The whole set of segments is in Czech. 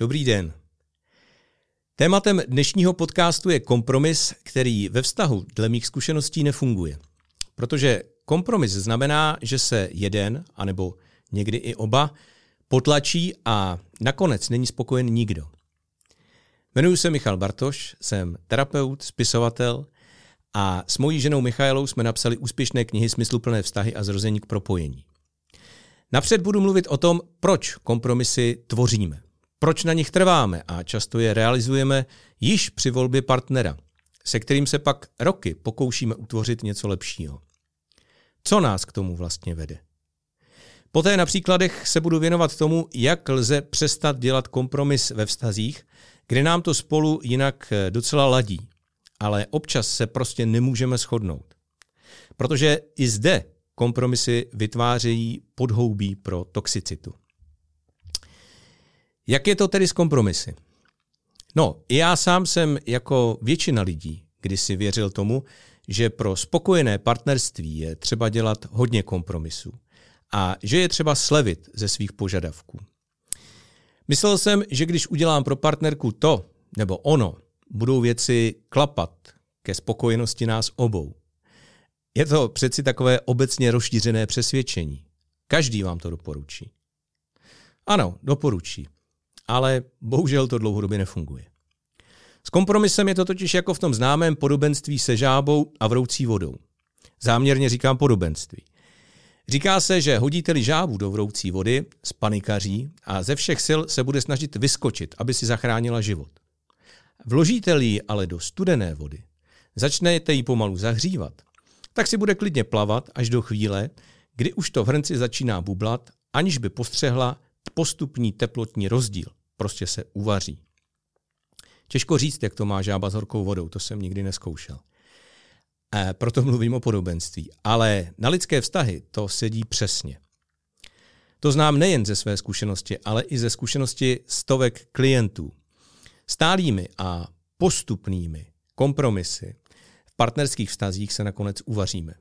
Dobrý den. Tématem dnešního podcastu je kompromis, který ve vztahu dle mých zkušeností nefunguje. Protože kompromis znamená, že se jeden, anebo někdy i oba, potlačí a nakonec není spokojen nikdo. Jmenuji se Michal Bartoš, jsem terapeut, spisovatel a s mojí ženou Michaelou jsme napsali úspěšné knihy Smysluplné vztahy a Zrození k propojení. Napřed budu mluvit o tom, proč kompromisy tvoříme, proč na nich trváme a často je realizujeme již při volbě partnera, se kterým se pak roky pokoušíme utvořit něco lepšího. Co nás k tomu vlastně vede? Poté na příkladech se budu věnovat tomu, jak lze přestat dělat kompromis ve vztazích, kde nám to spolu jinak docela ladí, ale občas se prostě nemůžeme shodnout. Protože i zde kompromisy vytvářejí podhoubí pro toxicitu. Jak je to tedy s kompromisy? No, já sám jsem jako většina lidí kdysi věřil tomu, že pro spokojené partnerství je třeba dělat hodně kompromisů a že je třeba slevit ze svých požadavků. Myslel jsem, že když udělám pro partnerku to nebo ono, budou věci klapat ke spokojenosti nás obou. Je to přeci takové obecně rozšířené přesvědčení. Každý vám to doporučí. Ano, doporučí, ale bohužel to dlouhodobě nefunguje. S kompromisem je to totiž jako v tom známém podobenství se žábou a vroucí vodou. Záměrně říkám podobenství. Říká se, že hodíte-li žábu do vroucí vody, spanikaří a ze všech sil se bude snažit vyskočit, aby si zachránila život. Vložíte-li ji ale do studené vody, začnete ji pomalu zahřívat, tak si bude klidně plavat až do chvíle, kdy už to v hrnci začíná bublat, aniž by postřehla postupný teplotní rozdíl. Prostě se uvaří. Těžko říct, jak to má žába s horkou vodou, to jsem nikdy nezkoušel. Proto mluvím o podobenství. Ale na lidské vztahy to sedí přesně. To znám nejen ze své zkušenosti, ale i ze zkušenosti stovek klientů. Stálými a postupnými kompromisy v partnerských vztazích se nakonec uvaříme.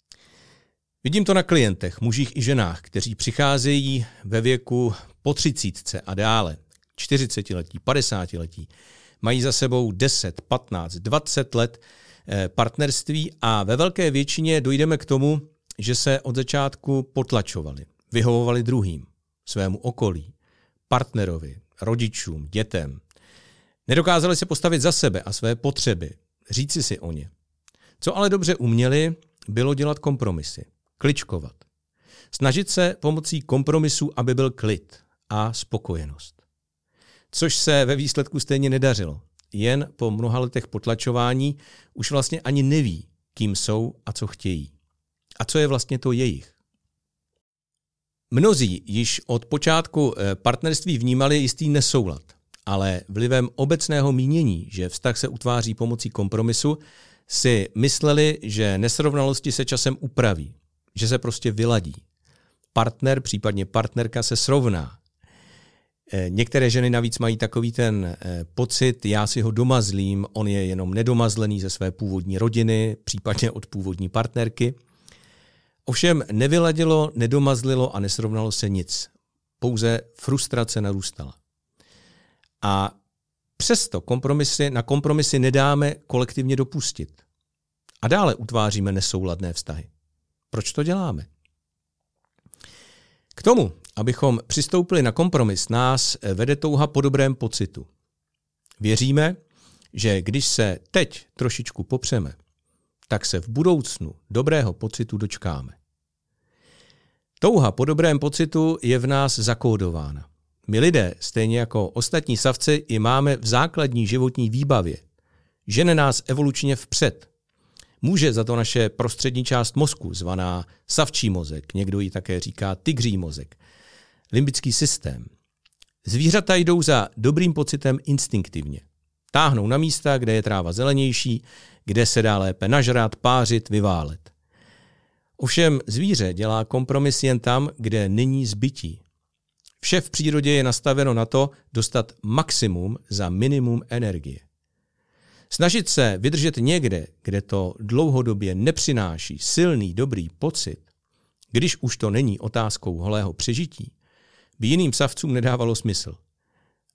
Vidím to na klientech, mužích i ženách, kteří přicházejí ve věku po 30 a dále, 40letí, 50letí, mají za sebou 10, 15, 20 let partnerství a ve velké většině dojdeme k tomu, že se od začátku potlačovali, vyhovovali druhým, svému okolí, partnerovi, rodičům, dětem. Nedokázali se postavit za sebe a své potřeby, říci si o ně. Co ale dobře uměli, bylo dělat kompromisy, kličkovat. Snažit se pomocí kompromisů, aby byl klid a spokojenost. Což se ve výsledku stejně nedařilo. Jen po mnoha letech potlačování už vlastně ani neví, kým jsou a co chtějí. A co je vlastně to jejich. Mnozí již od počátku partnerství vnímali jistý nesoulad, ale vlivem obecného mínění, že vztah se utváří pomocí kompromisu, si mysleli, že nesrovnalosti se časem upraví, že se prostě vyladí. Partner, případně partnerka se srovná. Některé ženy navíc mají takový ten pocit, já si ho domazlím, on je jenom nedomazlený ze své původní rodiny, případně od původní partnerky. Ovšem nevyladilo, nedomazlilo a nesrovnalo se nic. Pouze frustrace narůstala. A přesto na kompromisy nedáme kolektivně dopustit. A dále utváříme nesouladné vztahy. Proč to děláme? K tomu, abychom přistoupili na kompromis, nás vede touha po dobrém pocitu. Věříme, že když se teď trošičku popřeme, tak se v budoucnu dobrého pocitu dočkáme. Touha po dobrém pocitu je v nás zakódována. My lidé, stejně jako ostatní savci, ji máme v základní životní výbavě. Žene nás evolučně vpřed. Může za to naše prostřední část mozku, zvaná savčí mozek, někdo ji také říká tygří mozek, limbický systém. Zvířata jdou za dobrým pocitem instinktivně. Táhnou na místa, kde je tráva zelenější, kde se dá lépe nažrat, pářit, vyválet. Ovšem zvíře dělá kompromis jen tam, kde není zbytí. Vše v přírodě je nastaveno na to dostat maximum za minimum energie. Snažit se vydržet někde, kde to dlouhodobě nepřináší silný, dobrý pocit, když už to není otázkou holého přežití, by jiným savcům nedávalo smysl.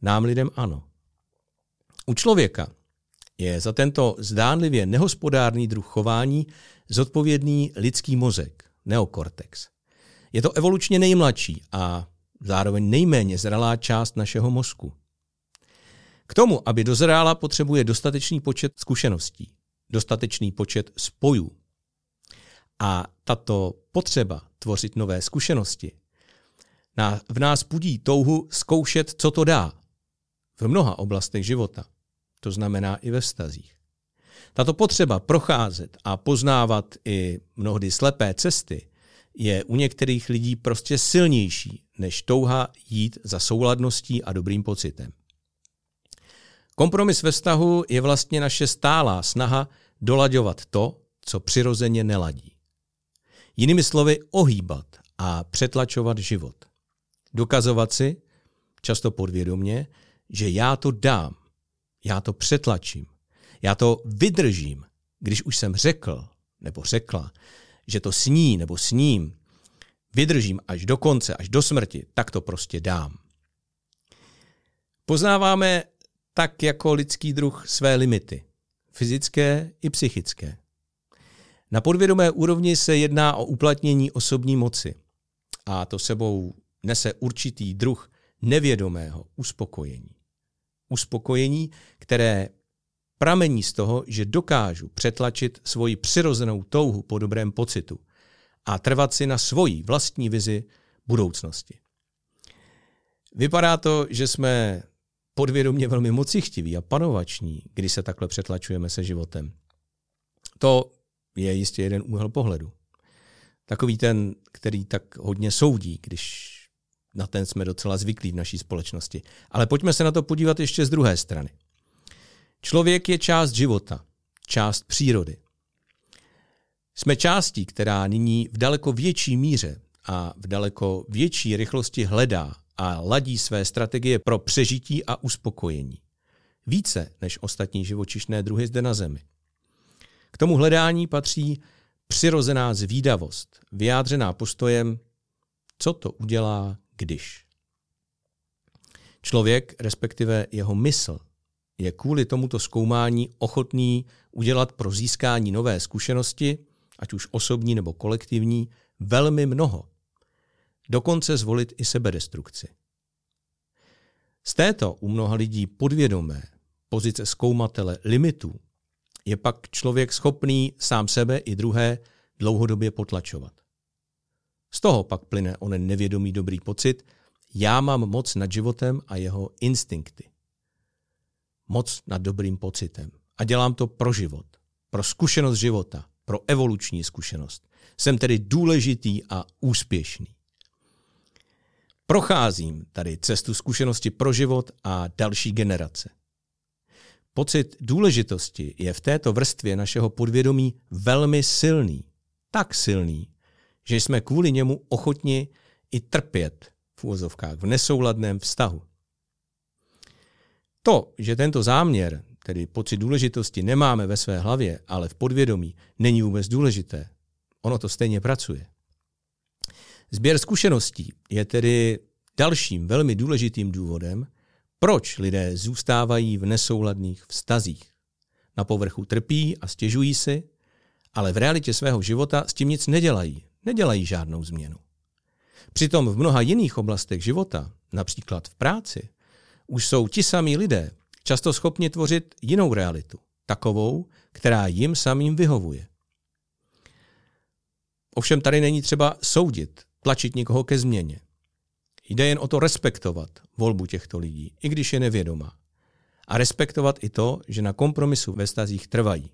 Nám lidem ano. U člověka je za tento zdánlivě nehospodárný druh chování zodpovědný lidský mozek, neokortex. Je to evolučně nejmladší a zároveň nejméně zralá část našeho mozku. K tomu, aby dozrála, potřebuje dostatečný počet zkušeností, dostatečný počet spojů. A tato potřeba tvořit nové zkušenosti v nás budí touhu zkoušet, co to dá v mnoha oblastech života. To znamená i ve vztazích. Tato potřeba procházet a poznávat i mnohdy slepé cesty je u některých lidí prostě silnější než touha jít za souladností a dobrým pocitem. Kompromis ve vztahu je vlastně naše stálá snaha dolaďovat to, co přirozeně neladí. Jinými slovy ohýbat a přetlačovat život. Dokazovat si, často podvědomě, že já to dám, já to přetlačím, já to vydržím, když už jsem řekl nebo řekla, že to sní nebo sním, vydržím až do konce, až do smrti, tak to prostě dám. Poznáváme tak jako lidský druh své limity, fyzické i psychické. Na podvědomé úrovni se jedná o uplatnění osobní moci a to sebou nese určitý druh nevědomého uspokojení. Uspokojení, které pramení z toho, že dokážu přetlačit svoji přirozenou touhu po dobrém pocitu a trvat si na svoji vlastní vizi budoucnosti. Vypadá to, že jsme podvědomě velmi mocichtiví a panovační, když se takhle přetlačujeme se životem. To je jistě jeden úhel pohledu. Takový ten, který tak hodně soudí, když na ten jsme docela zvyklí v naší společnosti. Ale pojďme se na to podívat ještě z druhé strany. Člověk je část života, část přírody. Jsme částí, která nyní v daleko větší míře a v daleko větší rychlosti hledá a ladí své strategie pro přežití a uspokojení. Více než ostatní živočišné druhy zde na Zemi. K tomu hledání patří přirozená zvídavost, vyjádřená postojem, co to udělá, když. Člověk, respektive jeho mysl, je kvůli tomuto zkoumání ochotný udělat pro získání nové zkušenosti, ať už osobní nebo kolektivní, velmi mnoho. Dokonce zvolit i sebedestrukci. Z této u mnoha lidí podvědomé pozice zkoumatele limitů je pak člověk schopný sám sebe i druhé dlouhodobě potlačovat. Z toho pak plyne onen nevědomý dobrý pocit, já mám moc nad životem a jeho instinkty. Moc nad dobrým pocitem. A dělám to pro život, pro zkušenost života, pro evoluční zkušenost. Jsem tedy důležitý a úspěšný. Procházím tady cestu zkušenosti pro život a další generace. Pocit důležitosti je v této vrstvě našeho podvědomí velmi silný. Tak silný, že jsme kvůli němu ochotni i trpět v uvozovkách v nesouladném vztahu. To, že tento záměr, tedy pocit důležitosti, nemáme ve své hlavě, ale v podvědomí, není vůbec důležité. Ono to stejně pracuje. Sběr zkušeností je tedy dalším velmi důležitým důvodem, proč lidé zůstávají v nesouladných vztazích. Na povrchu trpí a stěžují si, ale v realitě svého života s tím nic nedělají. Nedělají žádnou změnu. Přitom v mnoha jiných oblastech života, například v práci, už jsou ti samí lidé často schopni tvořit jinou realitu, takovou, která jim samým vyhovuje. Ovšem tady není třeba soudit, tlačit nikoho ke změně. Jde jen o to respektovat volbu těchto lidí, i když je nevědomá. A respektovat i to, že na kompromisu ve vztazích trvají.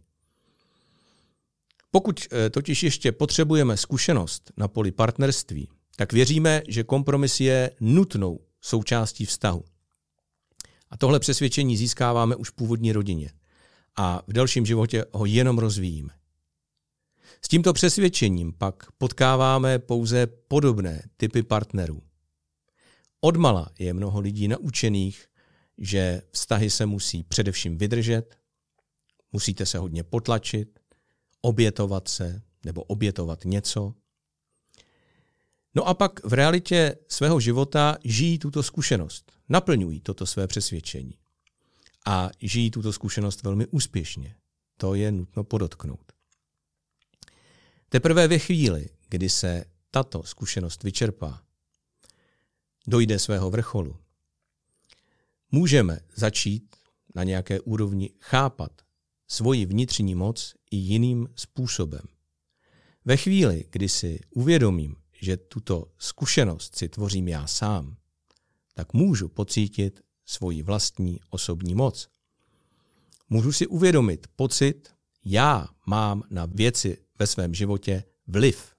Pokud totiž ještě potřebujeme zkušenost na poli partnerství, tak věříme, že kompromis je nutnou součástí vztahu. A tohle přesvědčení získáváme už v původní rodině a v dalším životě ho jenom rozvíjíme. S tímto přesvědčením pak potkáváme pouze podobné typy partnerů. Odmala je mnoho lidí naučených, že vztahy se musí především vydržet, musíte se hodně potlačit, obětovat se nebo obětovat něco. No a pak v realitě svého života žijí tuto zkušenost, naplňují toto své přesvědčení. A žijí tuto zkušenost velmi úspěšně. To je nutno podotknout. Teprve ve chvíli, kdy se tato zkušenost vyčerpá, dojde svého vrcholu, můžeme začít na nějaké úrovni chápat svoji vnitřní moc i jiným způsobem. Ve chvíli, kdy si uvědomím, že tuto zkušenost si tvořím já sám, tak můžu pocítit svoji vlastní osobní moc. Můžu si uvědomit pocit, já mám na věci ve svém životě vliv.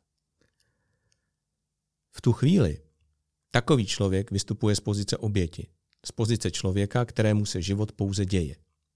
V tu chvíli takový člověk vystupuje z pozice oběti, z pozice člověka, kterému se život pouze děje.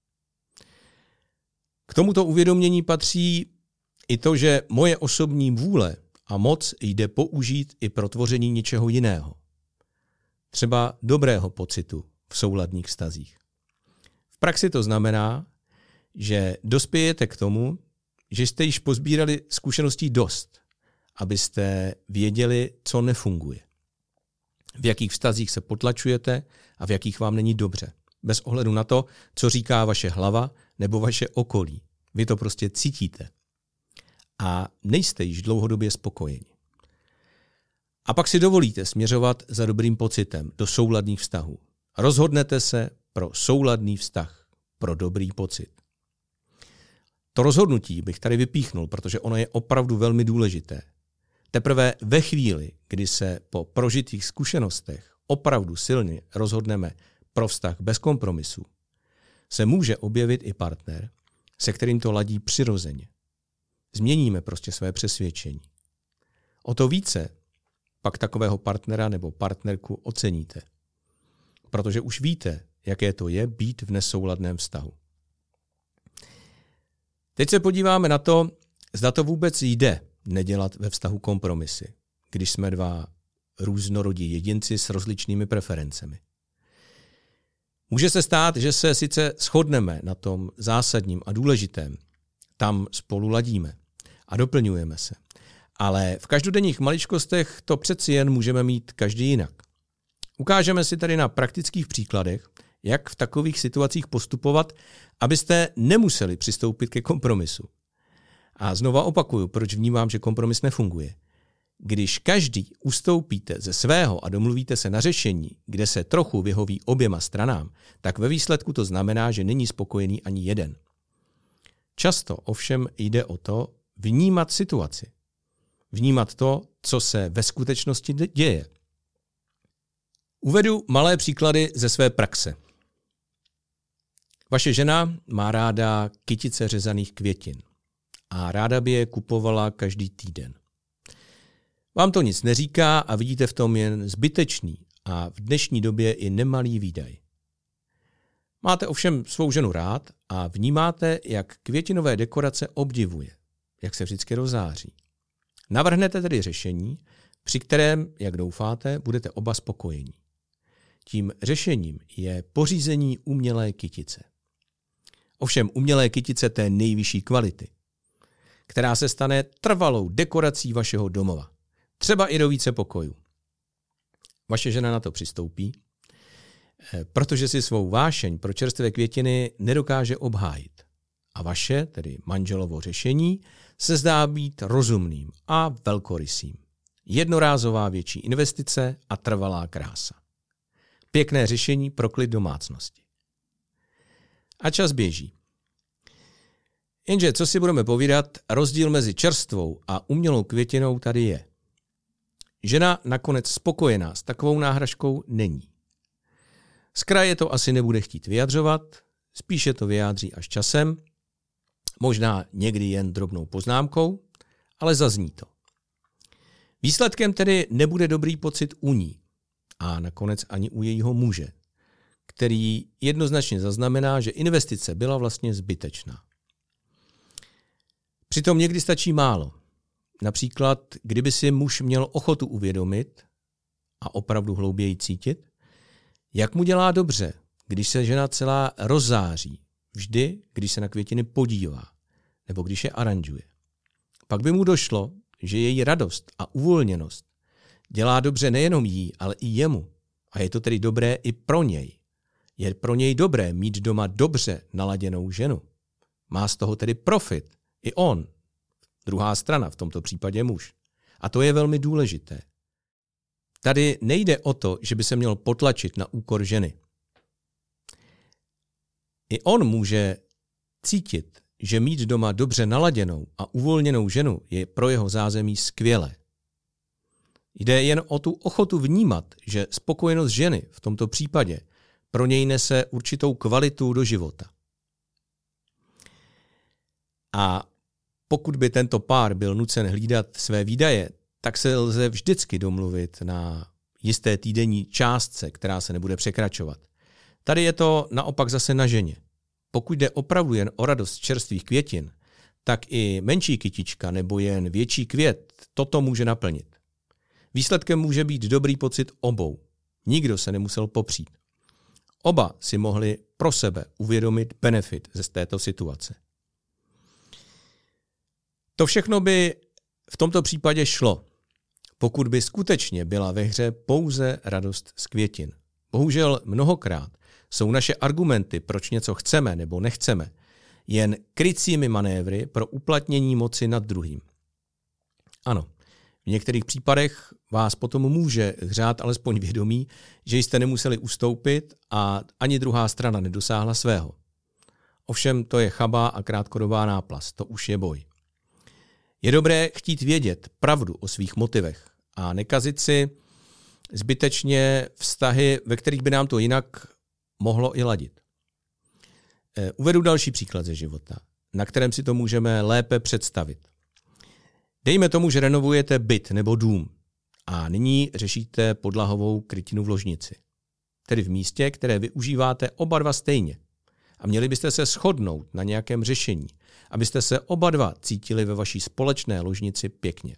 K tomuto uvědomění patří i to, že moje osobní vůle a moc jde použít i pro tvoření něčeho jiného. Třeba dobrého pocitu v souladných vztazích. V praxi to znamená, že dospějete k tomu, že jste již pozbírali zkušeností dost, abyste věděli, co nefunguje. V jakých vztazích se potlačujete a v jakých vám není dobře. Bez ohledu na to, co říká vaše hlava nebo vaše okolí. Vy to prostě cítíte. A nejste již dlouhodobě spokojeni. A pak si dovolíte směřovat za dobrým pocitem do souladných vztahů. Rozhodnete se pro souladný vztah, pro dobrý pocit. To rozhodnutí bych tady vypíchnul, protože ono je opravdu velmi důležité. Teprve ve chvíli, kdy se po prožitých zkušenostech opravdu silně rozhodneme pro vztah bez kompromisů, se může objevit i partner, se kterým to ladí přirozeně. Změníme prostě své přesvědčení. O to více pak takového partnera nebo partnerku oceníte. Protože už víte, jaké to je být v nesouladném vztahu. Teď se podíváme na to, zda to vůbec jde nedělat ve vztahu kompromisy, když jsme dva různorodí jedinci s rozličnými preferencemi. Může se stát, že se sice shodneme na tom zásadním a důležitém, tam spolu ladíme a doplňujeme se, ale v každodenních maličkostech to přeci jen můžeme mít každý jinak. Ukážeme si tady na praktických příkladech, jak v takových situacích postupovat, abyste nemuseli přistoupit ke kompromisu. A znova opakuju, proč vnímám, že kompromis nefunguje. Když každý ustoupíte ze svého a domluvíte se na řešení, kde se trochu vyhoví oběma stranám, tak ve výsledku to znamená, že není spokojený ani jeden. Často ovšem jde o to vnímat situaci. Vnímat to, co se ve skutečnosti děje. Uvedu malé příklady ze své praxe. Vaše žena má ráda kytice řezaných květin a ráda by je kupovala každý týden. Vám to nic neříká a vidíte v tom jen zbytečný a v dnešní době i nemalý výdaj. Máte ovšem svou ženu rád a vnímáte, jak květinové dekorace obdivuje, jak se vždycky rozáří. Navrhnete tedy řešení, při kterém, jak doufáte, budete oba spokojení. Tím řešením je pořízení umělé kytice. Ovšem umělé kytice té nejvyšší kvality, která se stane trvalou dekorací vašeho domova. Třeba i do více pokojů. Vaše žena na to přistoupí, protože si svou vášeň pro čerstvé květiny nedokáže obhájit. A vaše, tedy manželovo řešení, se zdá být rozumným a velkorysým. Jednorázová větší investice a trvalá krása. Pěkné řešení pro klid domácnosti. A čas běží. Jenže, co si budeme povídat, rozdíl mezi čerstvou a umělou květinou tady je. Žena nakonec spokojená s takovou náhražkou není. Zkraje to asi nebude chtít vyjadřovat, spíše to vyjádří až časem, možná někdy jen drobnou poznámkou, ale zazní to. Výsledkem tedy nebude dobrý pocit u ní a nakonec ani u jejího muže, který jednoznačně zaznamená, že investice byla vlastně zbytečná. Přitom někdy stačí málo. Například, kdyby si muž měl ochotu uvědomit a opravdu hlouběji cítit, jak mu dělá dobře, když se žena celá rozzáří, vždy, když se na květiny podívá, nebo když je aranžuje. Pak by mu došlo, že její radost a uvolněnost Dělá dobře nejenom jí, ale i jemu. A je to tedy dobré i pro něj. Je pro něj dobré mít doma dobře naladěnou ženu. Má z toho tedy profit i on. Druhá strana, v tomto případě muž. A to je velmi důležité. Tady nejde o to, že by se měl potlačit na úkor ženy. I on může cítit, že mít doma dobře naladěnou a uvolněnou ženu je pro jeho zázemí skvělé. Jde jen o tu ochotu vnímat, že spokojenost ženy v tomto případě pro něj nese určitou kvalitu do života. A pokud by tento pár byl nucen hlídat své výdaje, tak se lze vždycky domluvit na jisté týdenní částce, která se nebude překračovat. Tady je to naopak zase na ženě. Pokud jde opravdu jen o radost čerstvých květin, tak i menší kytička nebo jen větší květ toto může naplnit. Výsledkem může být dobrý pocit obou. Nikdo se nemusel popřít. Oba si mohli pro sebe uvědomit benefit ze této situace. To všechno by v tomto případě šlo, pokud by skutečně byla ve hře pouze radost z květin. Bohužel mnohokrát jsou naše argumenty, proč něco chceme nebo nechceme, jen krycími manévry pro uplatnění moci nad druhým. Ano, v některých případech vás potom může hřát alespoň vědomí, že jste nemuseli ustoupit a ani druhá strana nedosáhla svého. Ovšem to je chabá a krátkodobá náplast, to už je boj. Je dobré chtít vědět pravdu o svých motivech a nekazit si zbytečně vztahy, ve kterých by nám to jinak mohlo i ladit. Uvedu další příklad ze života, na kterém si to můžeme lépe představit. Dejme tomu, že renovujete byt nebo dům a nyní řešíte podlahovou krytinu v ložnici. Tedy v místě, které využíváte oba dva stejně. A měli byste se shodnout na nějakém řešení, abyste se oba dva cítili ve vaší společné ložnici pěkně.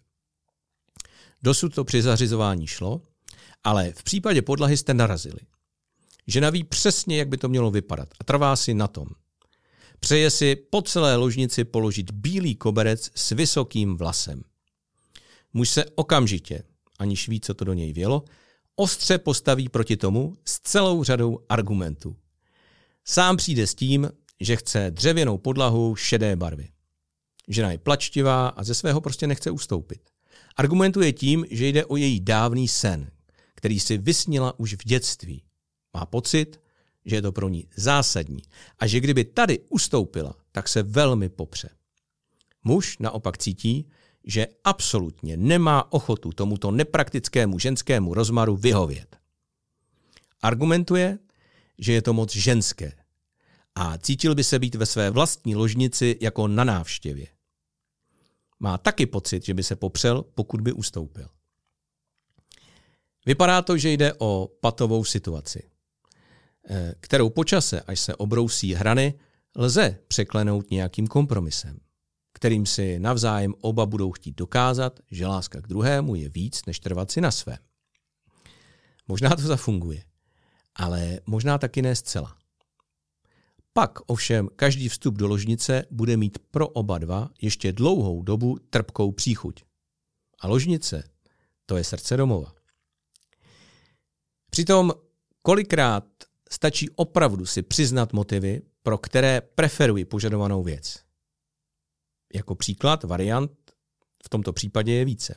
Dosud to při zařizování šlo, ale v případě podlahy jste narazili. Žena ví přesně, jak by to mělo vypadat a trvá si na tom. Přeje si po celé ložnici položit bílý koberec s vysokým vlasem. Muž se okamžitě, aniž ví, co to do něj vělo, ostře postaví proti tomu s celou řadou argumentů. Sám přijde s tím, že chce dřevěnou podlahu šedé barvy. Žena je plačtivá a ze svého prostě nechce ustoupit. Argumentuje tím, že jde o její dávný sen, který si vysnila už v dětství. Má pocit, že je to pro ní zásadní a že kdyby tady ustoupila, tak se velmi popře. Muž naopak cítí, že absolutně nemá ochotu tomuto nepraktickému ženskému rozmaru vyhovět. Argumentuje, že je to moc ženské a cítil by se být ve své vlastní ložnici jako na návštěvě. Má taky pocit, že by se popřel, pokud by ustoupil. Vypadá to, že jde o patovou situaci, kterou po čase, až se obrousí hrany, lze překlenout nějakým kompromisem, kterým si navzájem oba budou chtít dokázat, že láska k druhému je víc, než trvat si na svém. Možná to zafunguje, ale možná taky ne zcela. Pak ovšem každý vstup do ložnice bude mít pro oba dva ještě dlouhou dobu trpkou příchuť. A ložnice, to je srdce domova. Přitom kolikrát stačí opravdu si přiznat motivy, pro které preferuji požadovanou věc. Jako příklad, variant v tomto případě je více.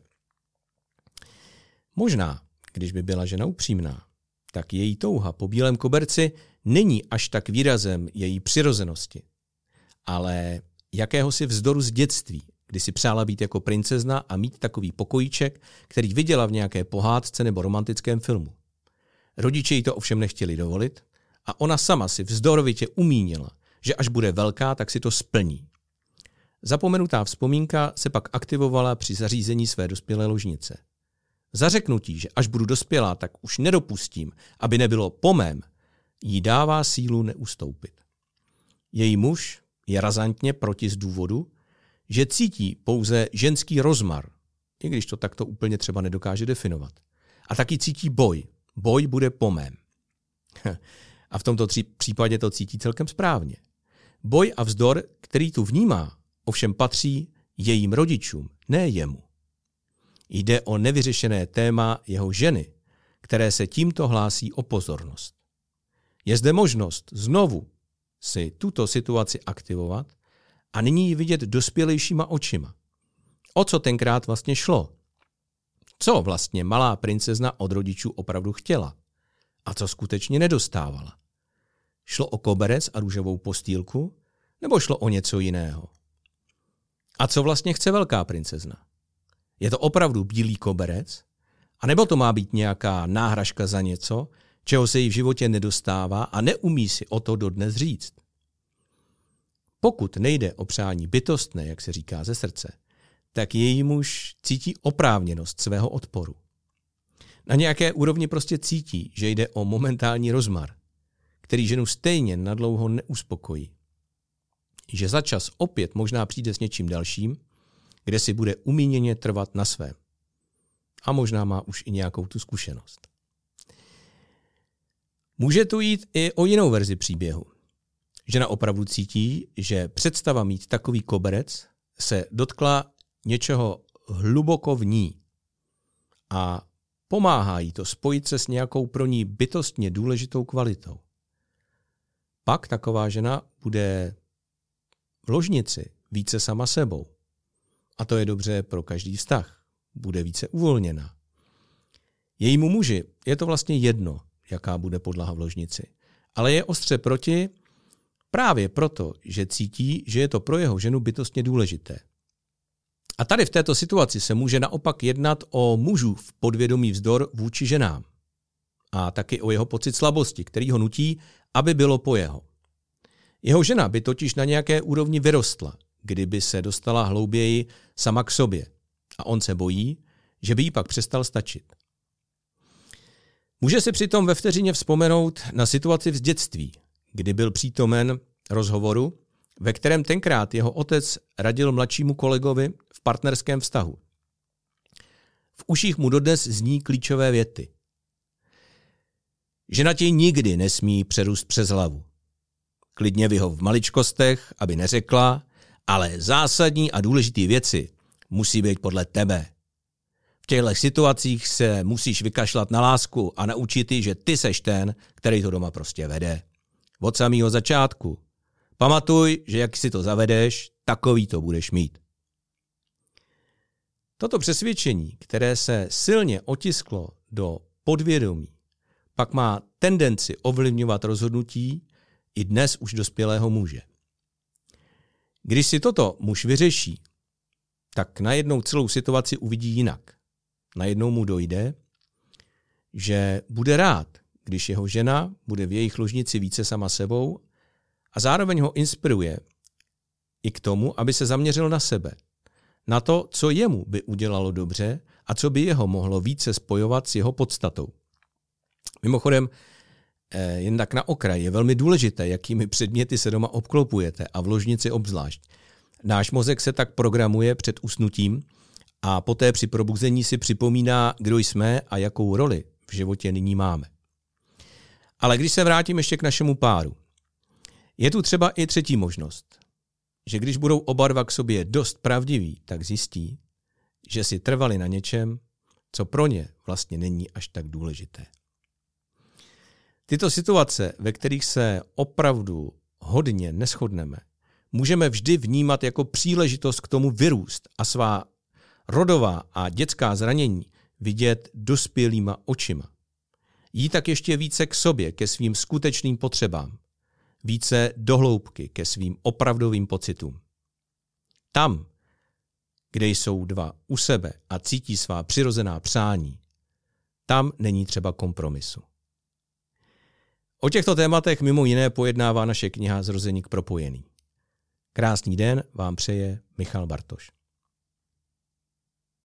Možná, když by byla žena upřímná, tak její touha po bílém koberci není až tak výrazem její přirozenosti, ale jakéhosi vzdoru z dětství, kdy si přála být jako princezna a mít takový pokojíček, který viděla v nějaké pohádce nebo romantickém filmu. Rodiče jí to ovšem nechtěli dovolit a ona sama si vzdorovitě umínila, že až bude velká, tak si to splní. Zapomenutá vzpomínka se pak aktivovala při zařízení své dospělé ložnice. Zařeknutí, že až budu dospělá, tak už nedopustím, aby nebylo po mém, jí dává sílu neustoupit. Její muž je razantně proti z důvodu, že cítí pouze ženský rozmar, i když to takto úplně třeba nedokáže definovat. A taky cítí boj. Boj bude po mém. A v tomto případě to cítí celkem správně. Boj a vzdor, který tu vnímá, ovšem patří jejím rodičům, ne jemu. Jde o nevyřešené téma jeho ženy, které se tímto hlásí o pozornost. Je zde možnost znovu si tuto situaci aktivovat a nyní ji vidět dospělejšíma očima. O co tenkrát vlastně šlo? Co vlastně malá princezna od rodičů opravdu chtěla? A co skutečně nedostávala? Šlo o koberec a růžovou postýlku? Nebo šlo o něco jiného? A co vlastně chce velká princezna? Je to opravdu bílý koberec? A nebo to má být nějaká náhražka za něco, čeho se jí v životě nedostává a neumí si o to dodnes říct? Pokud nejde o přání bytostné, jak se říká ze srdce, tak její muž cítí oprávněnost svého odporu. Na nějaké úrovni prostě cítí, že jde o momentální rozmar, který ženu stejně nadlouho neuspokojí. Že za čas opět možná přijde s něčím dalším, kde si bude umíněně trvat na svém. A možná má už i nějakou tu zkušenost. Může tu jít i o jinou verzi příběhu. Žena opravdu cítí, že představa mít takový koberec se dotkla něčeho hluboko v ní a pomáhá jí to spojit se s nějakou pro ní bytostně důležitou kvalitou. Pak taková žena bude v ložnici více sama sebou. A to je dobře pro každý vztah. Bude více uvolněná. Jejímu muži je to vlastně jedno, jaká bude podlaha v ložnici. Ale je ostře proti právě proto, že cítí, že je to pro jeho ženu bytostně důležité. A tady v této situaci se může naopak jednat o mužův podvědomý vzdor vůči ženám. A taky o jeho pocit slabosti, který ho nutí, aby bylo po jeho. Jeho žena by totiž na nějaké úrovni vyrostla, kdyby se dostala hlouběji sama k sobě. A on se bojí, že by jí pak přestal stačit. Může si přitom ve vteřině vzpomenout na situaci z dětství, kdy byl přítomen rozhovoru, ve kterém tenkrát jeho otec radil mladšímu kolegovi v partnerském vztahu. V uších mu dodnes zní klíčové věty. Žena ti nikdy nesmí přerůst přes hlavu. Klidně vyhov v maličkostech, aby neřekla, ale zásadní a důležité věci musí být podle tebe. V těchto situacích se musíš vykašlat na lásku a naučit ji, že ty seš ten, který to doma prostě vede. Od samého začátku. Pamatuj, že jak si to zavedeš, takový to budeš mít. Toto přesvědčení, které se silně otisklo do podvědomí, pak má tendenci ovlivňovat rozhodnutí i dnes už dospělého muže. Když si toto muž vyřeší, tak najednou celou situaci uvidí jinak. Najednou mu dojde, že bude rád, když jeho žena bude v jejich ložnici více sama sebou a zároveň ho inspiruje i k tomu, aby se zaměřil na sebe. Na to, co jemu by udělalo dobře a co by jeho mohlo více spojovat s jeho podstatou. Mimochodem, jen tak na okraj, je velmi důležité, jakými předměty se doma obklopujete a v ložnici obzvlášť. Náš mozek se tak programuje před usnutím a poté při probuzení si připomíná, kdo jsme a jakou roli v životě nyní máme. Ale když se vrátím ještě k našemu páru, je tu třeba i třetí možnost, že když budou oba dva k sobě dost pravdiví, tak zjistí, že si trvali na něčem, co pro ně vlastně není až tak důležité. Tyto situace, ve kterých se opravdu hodně neshodneme, můžeme vždy vnímat jako příležitost k tomu vyrůst a svá rodová a dětská zranění vidět dospělýma očima. Jít tak ještě více k sobě, ke svým skutečným potřebám. Více do hloubky ke svým opravdovým pocitům. Tam, kde jsou dva u sebe a cítí svá přirozená přání, tam není třeba kompromisu. O těchto tématech mimo jiné pojednává naše kniha Zrození k propojení. Krásný den vám přeje Michal Bartoš.